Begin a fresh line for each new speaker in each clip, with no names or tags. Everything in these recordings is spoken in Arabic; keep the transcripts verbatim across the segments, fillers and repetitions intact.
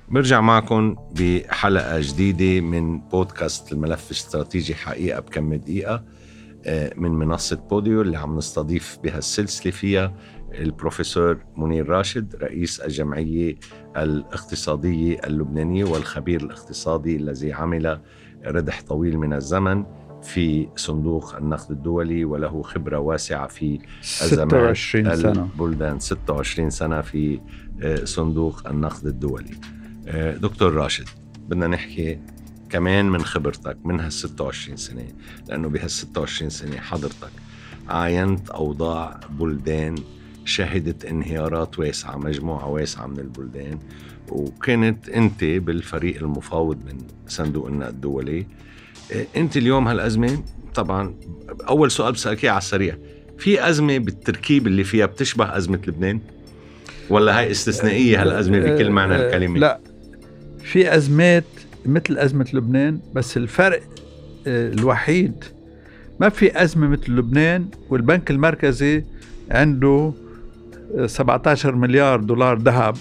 برجع معكم بحلقة جديدة من بودكاست الملف الاستراتيجي حقيقة بكم دقيقة من منصة بوديو اللي عم نستضيف بها السلسلة فيها البروفيسور منير راشد رئيس الجمعية الاقتصادية اللبنانية والخبير الاقتصادي الذي عمل ردح طويل من الزمن في صندوق النقد الدولي وله خبرة واسعة في أزمات البلدان. ستة وعشرين سنة في صندوق النقد الدولي. دكتور راشد، بدنا نحكي كمان من خبرتك من هالستة وعشرين سنة، لأنه بهالستة وعشرين سنة حضرتك عاينت أوضاع بلدان شهدت انهيارات واسعة، مجموعة واسعة من البلدان، وكانت أنت بالفريق المفاوض من صندوق النقد الدولي. أنت اليوم هالأزمة، طبعا أول سؤال بسألك على السريع، في أزمة بالتركيب اللي فيها بتشبه أزمة لبنان ولا هاي استثنائية هالأزمة بكل معنى الكلمة؟
لا، في أزمات مثل أزمة لبنان، بس الفرق الوحيد ما في أزمة مثل لبنان والبنك المركزي عنده سبعة عشر مليار دولار ذهب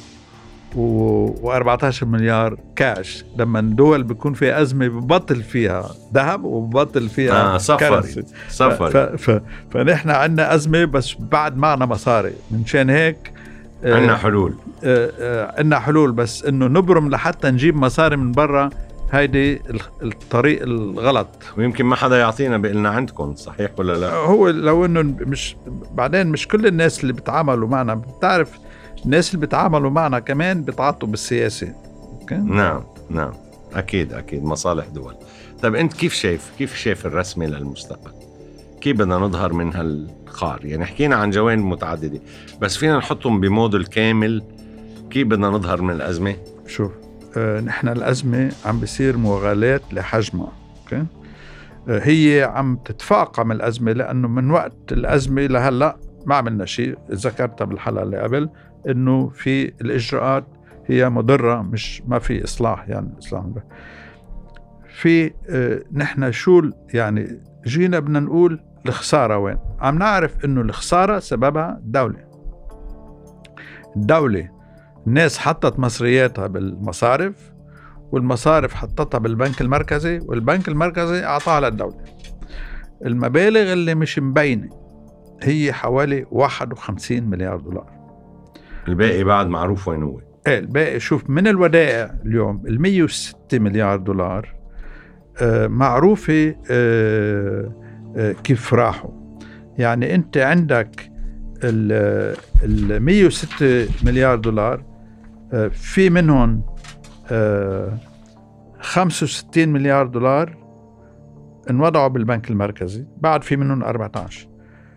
و14 مليار كاش. لما الدول بيكون في أزمة ببطل فيها ذهب وببطل فيها
آه صفري صفري
ف... ف... فنحن عندنا أزمة بس بعد معنا مصاري. من شان هيك
عندنا حلول
عندنا حلول بس إنه نبرم لحتى نجيب مصاري من برا، هيدي الطريق الغلط،
ويمكن ما حدا يعطينا بقلنا عندكم، صحيح ولا لا؟
هو لو إنه مش بعدين مش كل الناس اللي بتعاملوا معنا، بتعرف الناس اللي بتعاملوا معنا كمان بتعاطوا بالسياسة. أوكي؟
نعم نعم أكيد أكيد مصالح دول. طيب أنت كيف شايف كيف شايف الرسمة للمستقبل؟ كيف بدنا نظهر من هالقار؟ يعني حكينا عن جوانب متعددة، بس فينا نحطهم بموديل كامل. كيف بدنا نظهر من الأزمة؟
شوف، آه نحن الأزمة عم بيصير مغالاة لحجمها. أوكي؟ آه هي عم تتفاقم الأزمة، لأنه من وقت الأزمة لهلأ ما عملنا شيء. ذكرتها بالحلقة اللي قبل إنه في الإجراءات هي مضرة، مش ما في إصلاح. يعني إصلاح في آه نحن شو يعني جينا بدنا نقول الخسارة وين؟ عم نعرف إنه الخسارة سببها الدولة. الدولة الناس حطت مصرياتها بالمصارف، والمصارف حطتها بالبنك المركزي، والبنك المركزي أعطاها للدولة. المبالغ اللي مش مبينة هي حوالي واحد وخمسين مليار دولار.
الباقي بعد معروف وين هو.
ايه الباقي؟ شوف، من الودائع اليوم المية وستة مليار دولار آه معروفة آه آه كيف راحوا. يعني انت عندك ال مية وستة مليار دولار آه في منهم آه خمسة وستين مليار دولار انوضعوا بالبنك المركزي، بعد في منهم أربعة عشر.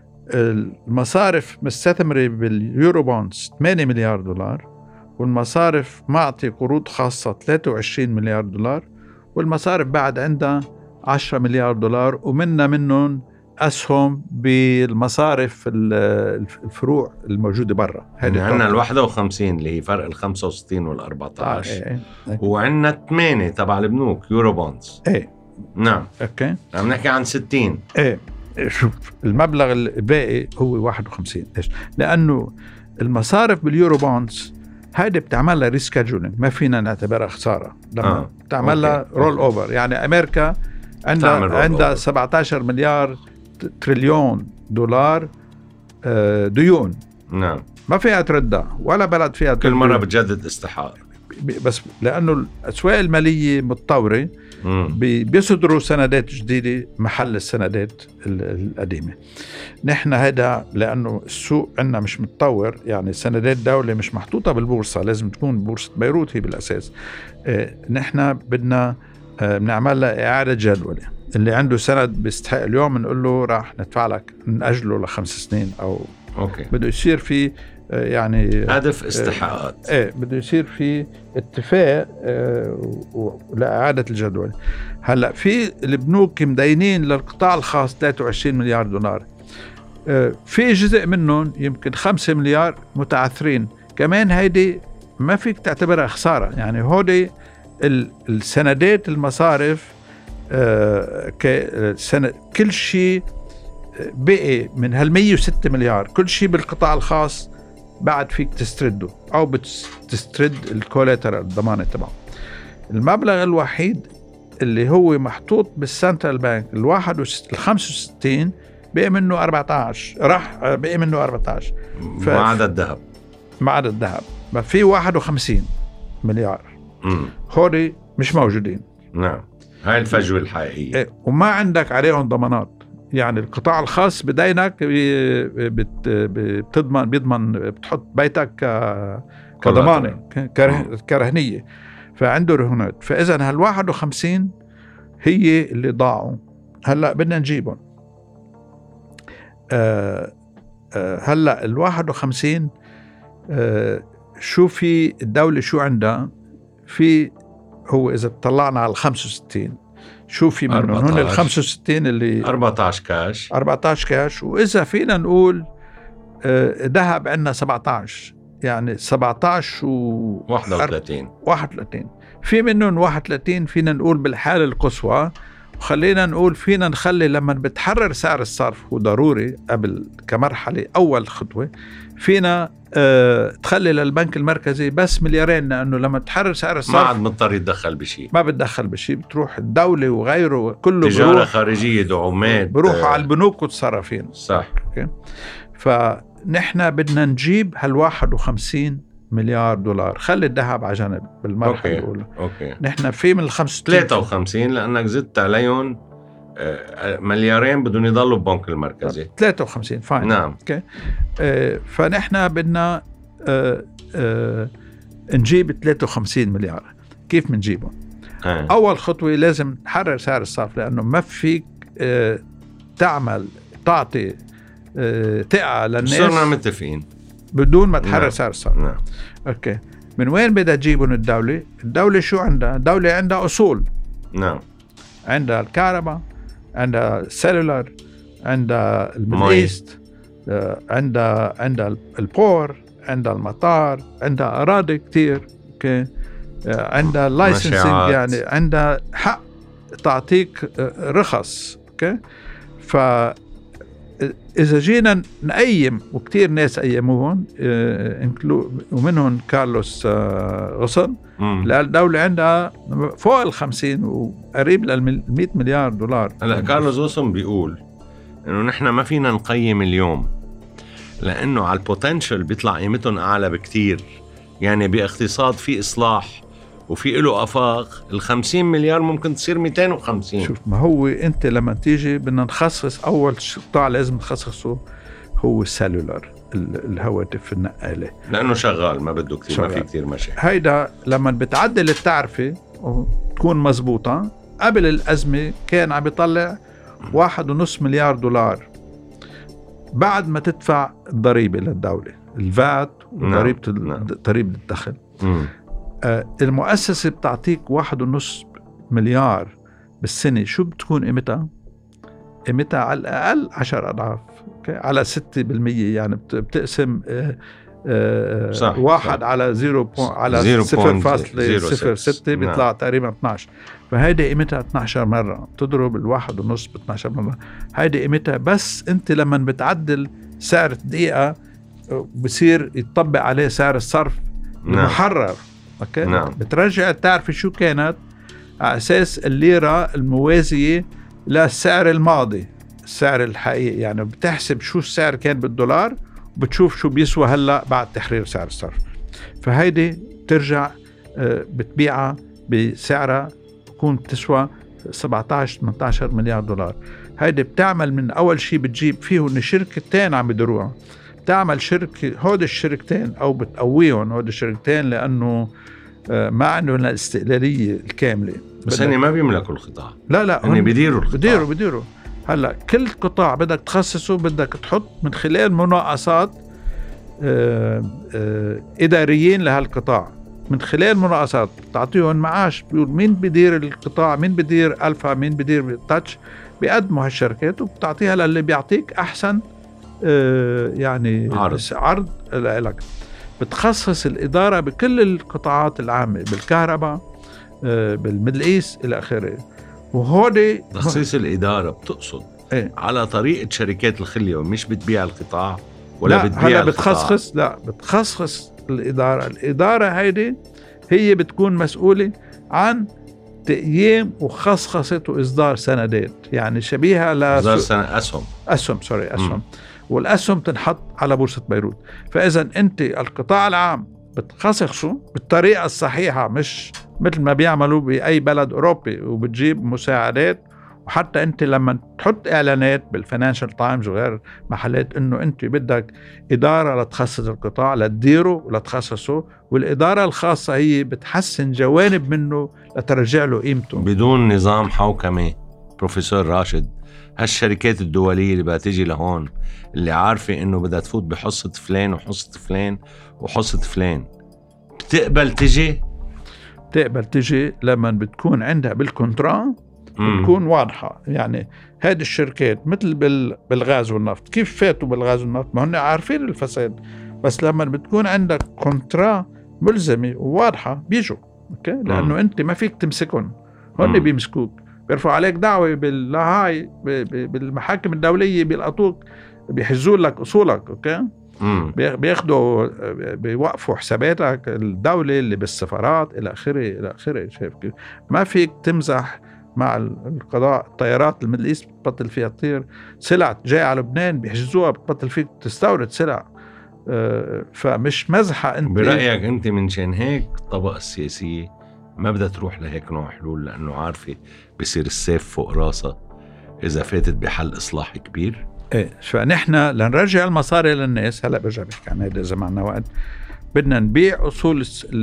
المصارف مستثمرة باليورو بونز ثمانية مليار دولار، والمصارف معطي قروض خاصة ثلاثة وعشرين مليار دولار، والمصارف بعد عندها عشرة مليار دولار، ومنها منهم أسهم بالمصارف الفروع الموجودة برا.
يعني عندنا الواحدة وخمسين اللي هي فرق الخمسة وستين والأربعة عشر. ايه ايه. وعندنا ثمانية تبع البنوك يورو بونز.
ايه
نعم.
اوكي،
عم نحكي عن ستين.
ايه. شوف، المبلغ الباقي هو واحد وخمسين. ليش؟ لأنه المصارف باليورو بونز هيدا بتعملها ريسكادجولينج، ما فينا نعتبرها خسارة لما آه. بتعملها رول أوفر. يعني أمريكا عندها عندها سبعة عشر مليار تريليون دولار ديون.
نعم.
ما فيها تردها ولا بلد فيها
كل مرة بتجدد استحقاق،
بس لأنه الأسواق المالية متطورة بيصدروا سندات جديدة محل السندات القديمة. نحن هذا لأنه السوق عندنا مش متطور، يعني سندات دولة مش محطوطة بالبورصة، لازم تكون بورصة بيروت هي بالأساس. اه نحن بدنا اه بنعمل لها إعادة جدولة. اللي عنده سند بيستحق اليوم نقول له راح ندفع لك نأجله لخمس سنين أو
أوكي.
بده يصير في يعني
هدف استحقاقات.
ايه بده يصير في اتفاق اه لإعادة الجدول. هلا في البنوك مدينين للقطاع الخاص ثلاثة وعشرين مليار دولار، اه في جزء منهم يمكن خمسة مليار متعثرين كمان. هيدي ما فيك تعتبرها خسارة. يعني هودي السندات المصارف اه كل شيء بقي من هالمية وستة مليار، كل شيء بالقطاع الخاص بعد فيك تسترده أو بتسترد الكولاترال الضمانة تبعه. المبلغ الوحيد اللي هو محطوط بالسنترال بانك الواحد الخمسة وستين بقي منه أربعة عشر، راح بقي منه أربعة عشر
ف... ما عدا الذهب.
ما عدا الذهب ما في واحد وخمسين مليار هوري مش موجودين.
نعم هاي الفجوة الحقيقية.
إيه. وما عندك عليهم ضمانات. يعني القطاع الخاص بدينك بتضمن بيضمن بتحط بيتك كضمانة كرهنية، فعنده رهونات. فإذا هالواحد وخمسين هي اللي ضاعوا، هلأ بدنا نجيبهم. آه آه هلأ الواحد وخمسين آه شو في الدولة شو عندها في، هو إذا طلعنا على الخمسة وستين شو في منهم هون الخمسة وستين اللي
أربعة عشر كاش
أربعة عشر كاش. وإذا فينا نقول ذهب عندنا سبعة عشر، يعني سبعة عشر و
واحد وثلاثين
واحد وثلاثين في منهم واحد وثلاثين فينا نقول بالحالة القصوى. وخلينا نقول فينا نخلي لما بتحرر سعر الصرف، وضروري قبل كمرحلة أول خطوة فينا اه تخلي للبنك المركزي بس مليارين، لأنه لما تحرر سعر الصرف
ما عاد مضطر يتدخل بشيء،
ما بتدخل بشيء، بتروح الدولة وغيره كله
تجارة خارجية دعومات
بروحوا على البنوك وتصرفين.
صح.
أوكي. فنحن بدنا نجيب هالواحد وخمسين مليار دولار. خلي الذهب على جنب بالمرحلة
أوكي.
الأولى.
أوكي.
نحن في من الخمسة
ثلاثة وخمسين لأنك زدت عليهم مليارين بدون يضلوا ببنك المركزي.
ثلاثة وخمسين فاين.
نعم.
أوكي. آه فنحن بدنا آه آه نجيب ثلاثة وخمسين مليار. كيف منجيبهم؟ آه. أول خطوة لازم نحرر سعر الصرف، لأنه ما فيك آه تعمل تعطي آه ثقة للناس.
صرنا متفقين
بدون ما تحرر
نعم.
سعر الصرف.
نعم.
أوكي. من وين بدها تجيبون الدولة؟ الدولة شو عندها؟ الدولة عندها أصول.
نعم.
عندها الكهرباء، عندها السيلولر، عندها الميدليست، عندها عندها البور، عندها المطار، عندها أراضي كتير. أوكي. عندها اللايسنسنج، يعني عندها حق تعطيك رخص. أوكي. ف إذا جينا نقيم، وكتير ناس قيموهم ومنهم كارلوس غصن، لأن الدولة عندها فوق الخمسين وقريب للمئة مليار دولار.
هلا كارلوس غصن بيقول إنه نحن ما فينا نقيم اليوم، لأنه على البوتنشل بيطلع قيمتهم أعلى بكتير. يعني باقتصاد في إصلاح وفي له أفاق، الخمسين مليار ممكن تصير مئتين وخمسين.
شوف، ما هو أنت لما تيجي بدنا نخصص أول قطاع لازم نخصصه هو السيلولر، الهواتف النقالة،
لأنه شغال ما بده كتير، ما في كتير مشاكل.
هيدا لما بتعدل التعرفة وتكون مزبوطة. قبل الأزمة كان عم بيطلع واحد ونص مليار دولار بعد ما تدفع الضريبة للدولة، الفات وضريبة
نعم.
ضريبة الدخل.
مم.
آه المؤسسة بتعطيك واحد ونص مليار بالسنة. شو بتكون قيمتها؟ قيمتها على الأقل عشر أضعاف. على ستة بالمية، يعني بتقسم آه آه
صح.
واحد صح. على زيرو على صفر فاصلة صفر ستة بيطلع نعم. تقريبا اثني عشر. فهيدي قيمتها اثني عشر مرة. تضرب الواحد ونص ب اثني عشر مرة. هيدي قيمتها. بس انت لما بتعدل سعر الدقيقة بصير يتطبق عليه سعر الصرف المحرر. أوكي.
نعم.
بترجع تعرف شو كانت على أساس الليرة الموازية للسعر الماضي، السعر الحقيقي. يعني بتحسب شو السعر كان بالدولار وبتشوف شو بيسوى هلأ بعد تحرير سعر الصرف. فهيدي ترجع بتبيعها بسعرها تكون تسوى سبعة عشر ثمانية عشر مليار دولار. هيدي بتعمل من أول شيء بتجيب فيه إن شركتين عم بدروها، تعمل شركة هود الشركتين أو بتقويهم هود الشركتين، لأنه ما عندهم الاستقلالية الكاملة.
بس هني ما بيملكوا القطاع.
لا لا
هني بيديروا القطاع.
بديروا بديروا هلا كل قطاع بدك تخصصه بدك تحط من خلال مناقصات آآ آآ إداريين لهالقطاع. من خلال مناقصات تعطيهم معاش، بيقول مين بدير القطاع، مين بدير ألفا، مين بدير تاتش، بيقدموا هالشركات وبتعطيها للي بيعطيك أحسن يعني
عرض,
عرض لك. بتخصص الإدارة بكل القطاعات العامة، بالكهرباء، بالميدل إيست إلى آخره. وهودي
تخصيص الإدارة بتقصد
ايه؟
على طريقة شركات الخلية، ومش بتبيع القطاع. ولا
لا
بتبيع
هلا
القطاع؟
بتخصص لا بتخصص الإدارة الإدارة هيدي هي بتكون مسؤولة عن تقييم وخصخصة وإصدار سندات، يعني شبيهة ل
إصدار سنة أسهم
أسهم سوري أسهم، والأسهم تنحط على بورصة بيروت. فإذا أنت القطاع العام بتخصصه بالطريقة الصحيحة، مش مثل ما بيعملوا بأي بلد أوروبي وبتجيب مساعدات. وحتى أنت لما تحط إعلانات بالفاينانشال تايمز وغير محلات إنه أنت بدك إدارة لتخصص القطاع لتديره ولتخصصه، والإدارة الخاصة هي بتحسن جوانب منه لترجع له قيمته
بدون نظام حوكمة. بروفيسور راشد، هالشركات الدولية اللي بقى تيجي لهون اللي عارفة إنه بدها تفوت بحصة فلان وحصة فلان وحصة فلان، بتقبل تجي؟
بتقبل تجي لما بتكون عندها بالكونترا بتكون واضحة. يعني هذه الشركات مثل بالغاز والنفط، كيف فاتوا بالغاز والنفط؟ ما هن عارفين الفساد، بس لما بتكون عندك كونترا ملزمة وواضحة بيجوا، أوكي؟ لأنه مم. أنت ما فيك تمسكهم، هن بيمسكوك، بيرفعوا عليك دعوة باللاهاي بالمحاكم الدولية، بيلقطوك، بيحجزوا لك أصولك، أوكي؟ مم. بياخدوا بيوقفوا حساباتك الدولة اللي بالسفارات إلى آخره إلى آخره. شايف كيف؟ ما فيك تمزح مع القضاء. الطيارات الميدل ايست بتبطل فيها تطير، سلع جاي على لبنان بيحجزوها، بتبطل فيك تستورد سلع. أه فمش مزحة. انت
برأيك انت من شان هيك الطبقة السياسية ما بدها تروح لهيك نوع حلول، لأنه عارفة بيصير السيف فوق راسها إذا فاتت بحل إصلاحي كبير؟
ايه، فنحن لنرجع المصاري للناس. هلا برجع بحكي عن هذا إذا معنا وقت. بدنا نبيع أصول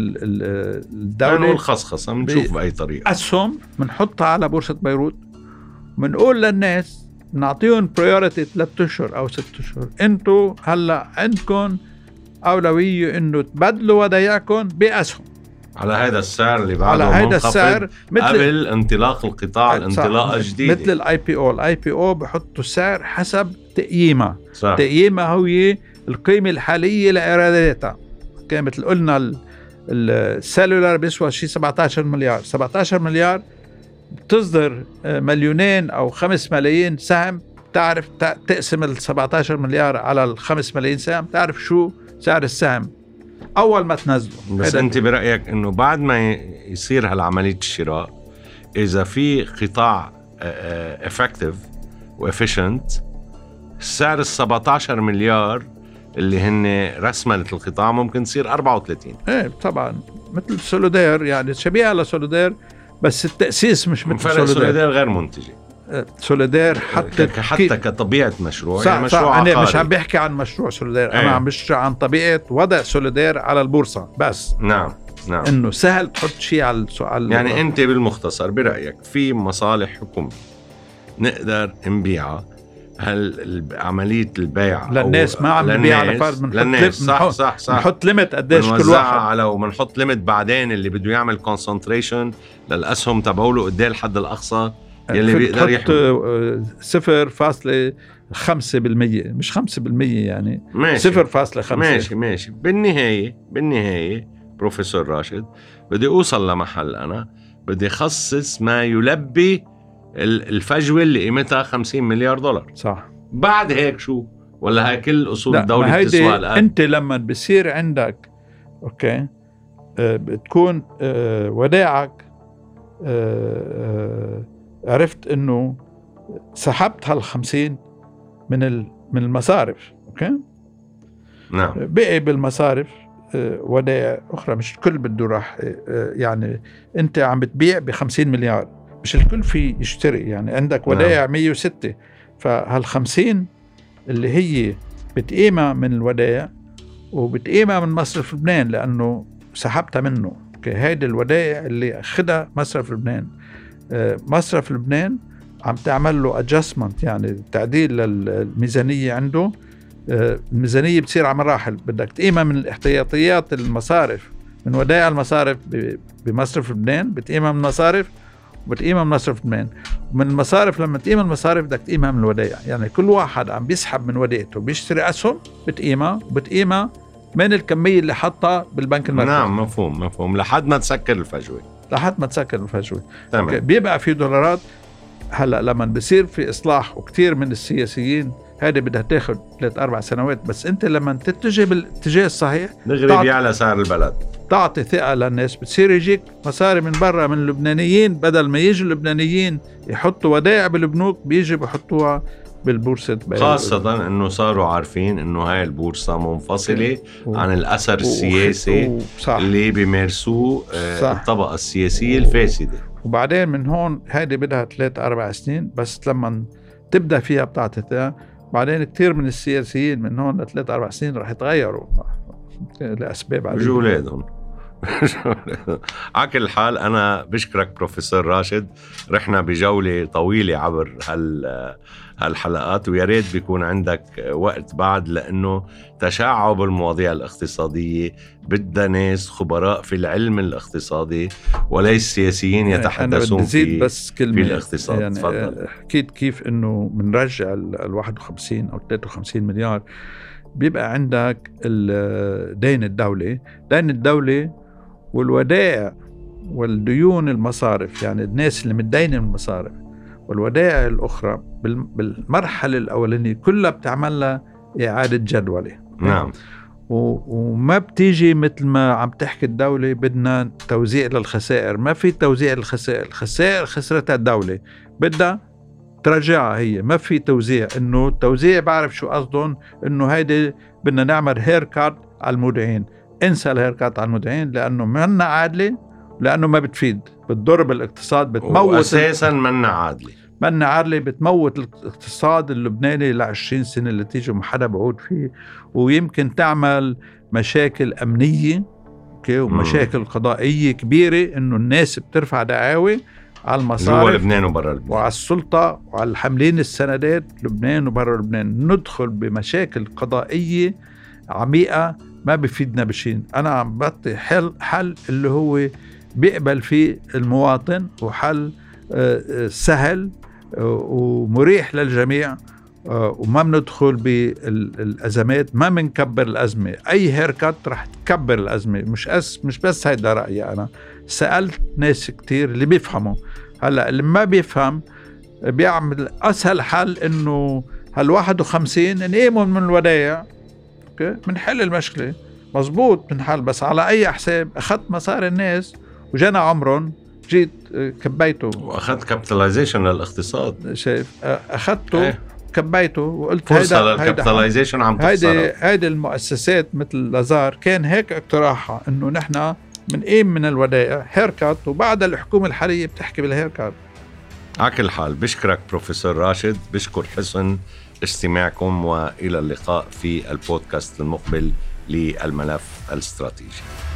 الدولة
والخصخصة، بنشوف بأي طريقة
أسهم بنحطها على بورصة بيروت، بنقول للناس نعطيهم priority ثلاثة أشهر أو ستة أشهر. أنتوا هلا عندكم أولوية إنه تبدلوا ودايعكم بأسهم
على هذا السعر اللي بعده
على هذا السعر
قبل انطلاق القطاع الانطلاقة الجديدة،
مثل الاي بي او. الاي بي او بحطوا السعر حسب تقييمها.
صح.
تقييمها هو القيمة الحالية لإيراداتها. كان مثل قلنا السيلولار بيسوى شيء سبعة عشر مليار، سبعة عشر مليار بتصدر مليونين أو خمس ملايين سهم. تعرف تقسم ال سبعة عشر مليار على الخمس ملايين سهم، تعرف شو سعر السهم أول ما تنزله.
بس أنت برأيك إنه بعد ما يصير هالعملية الشراء، إذا في قطاع effective وefficient، سعر ال سبعة عشر مليار اللي هن رسمة القطاع ممكن تصير أربعة وثلاثين.
ايه طبعا، مثل سوليدير، يعني شبيهة لسوليدير، بس التأسيس مش مثل سوليدير.
سوليدير غير منتجة.
سوليدير حتى
حتى كطبيعة مشروع،
صح
يعني مشروع
صح.
عقاري.
أنا مش عم بحكي عن مشروع سوليدير،
ايه.
أنا عم بحكي عن طبيعة وضع سوليدير على البورصة بس.
نعم نعم.
إنه سهل تحط شيء على السؤال.
يعني أنت بالمختصر برأيك في مصالح حكومية نقدر نبيعها، هل عملية البيع
للناس ما عم نبيع على فرد،
بنحط صح صح صح
بنحط ليميت قديش كل واحد
على، وبنحط ليميت بعدين اللي بده يعمل كونسنتريشن للأسهم تبعوله قديه الحد الأقصى يلي بيقدر يحمل
صفر فاصلة خمسة بالمية، مش خمسة بالمية، يعني صفر فاصلة خمسة.
ماشي ماشي. بالنهاية بالنهاية بروفيسور راشد، بدي أوصل لمحل أنا بدي خصص ما يلبي الفجوة اللي قيمتها خمسين مليار دولار.
صح.
بعد هيك شو؟ ولا هاي كل أصول الدولة بتسوى الآن؟
أنت لما بصير عندك أوكي أه بتكون أه وداعك أه أه عرفت إنه سحبت هالخمسين من من المصارف، أوكي.
نعم.
بقي بالمصارف أه ودائع أخرى، مش الكل بده راح أه يعني أنت عم بتبيع بخمسين مليار، مش الكل في يشتري، يعني عندك ودائع مية وستة، فهالخمسين اللي هي بتقيمها من الودائع وبتقيمها من مصرف لبنان لأنه سحبتها منه. هيدي الودائع اللي أخدها مصرف لبنان. مصرف لبنان عم تعمل له adjustment، يعني تعديل للميزانية عنده. الميزانية بتصير على مراحل، بدك تقيمها من الاحتياطيات المصارف، من ودائع المصارف بمصرف لبنان، بتقيمها من مصارف وبتقيمها من مصرف لبنان. ومن المصارف لما تقيمها من المصارف بدك تقيمها من الودائع. يعني كل واحد عم بيسحب من ودائعته، بيشتري أسهم بتقيمها وبتقيمها من الكمية اللي حطها بالبنك المركزي.
نعم مفهوم مفهوم. لحد ما تسكر الفجوة
لحد ما تسكر الفجوة.
تمام.
بيبقى في دولارات. هلأ لما بيصير في إصلاح وكتير من السياسيين هذه بدها تاخد ثلاث أربع سنوات، بس أنت لما تتجه بالاتجاه الصحيح
نغري على سعر البلد،
تعطي ثقة للناس، بتصير يجيك مصاري من برا من اللبنانيين، بدل ما يجوا اللبنانيين يحطوا ودائع بالبنوك بيجي بحطوها بالبورصة،
خاصة انه صاروا عارفين انه هاي البورصة منفصلة و... عن الاثر السياسي و... اللي بيمارسوه الطبقة السياسية الفاسدة.
وبعدين من هون هيدي بدها ثلاث أربع سنين بس لما تبدأ فيها بتاعت الثقة. بعدين كتير من السياسيين من هون لثلاث أربع سنين رح يتغيروا لأسباب عديدة.
جولادهم. على كل حال أنا بشكرك بروفيسور راشد، رحنا بجولة طويلة عبر هال هالحلقات، ويا ريت بيكون عندك وقت بعد، لأنه تشعب المواضيع الاقتصادية بدها ناس خبراء في العلم الاقتصادي وليس سياسيين يتحدثون في,
بس
في الاقتصاد.
يعني تفضل. حكيت كيف إنه منرجع ال واحد وخمسين أو ثلاثة وخمسين مليار بيبقى عندك الدين الدولي، دين الدولي والودائع والديون المصارف، يعني الناس اللي متدينة من المصارف والودائع الأخرى بالمرحلة الأولانية كلها بتعمل لها إعادة جدولة.
نعم.
وما بتيجي مثل ما عم تحكي الدولة بدنا توزيع للخسائر، ما في توزيع للخسائر، الخسائر خسرتها الدولة بدها ترجعها هي، ما في توزيع. إنه التوزيع بعرف شو قصدهم، إنه هيدي بدنا نعمل هيركات على المودعين، انسى الهيركات على المودعين لأنه منا عادلة، لأنه ما بتفيد، بتضر بالاقتصاد، بتموت
أساساً منا عادلة
منا عادلة بتموت الاقتصاد اللبناني لعشرين سنة اللي تيجي وما حدا بعود فيه، ويمكن تعمل مشاكل أمنية ومشاكل م. قضائية كبيرة، إنه الناس بترفع دعاوى على المصارف
جوا لبنان وبرا لبنان
وعلى السلطة وعلى الحاملين السندات لبنان وبرا لبنان، ندخل بمشاكل قضائية عميقة ما بيفيدنا بشيء. أنا عم بعطي حل حل اللي هو بيقبل فيه المواطن، وحل سهل ومريح للجميع، وما بندخل بالأزمات، ما بنكبر الأزمة. أي هيركات رح تكبر الأزمة، مش أس مش بس هيدا رأيي، أنا سألت ناس كتير اللي بيفهموا. هلا اللي ما بيفهم بيعمل أسهل حل، إنه هالواحد وخمسين نقيمهم من الودائع، منحل المشكلة مزبوط منحل، بس على أي حساب؟ أخذت مصاري الناس وجانا عمرهم، جيت كبيته
وأخذت كابيتاليزيشن للاقتصاد،
شايف؟ أخذته ايه؟ كبيته وقلت
فرصة للكابيتاليزيشن عم تخسر.
هيدي هيدي المؤسسات مثل لازار كان هيك اقتراحها، إنه نحن منقيم من الودائع هيركات، وبعد الحكومة الحالية بتحكي بالهيركات.
على كل حال بشكرك بروفيسور راشد، بشكر حسن استماعكم، وإلى اللقاء في البودكاست المقبل للملف الاستراتيجي.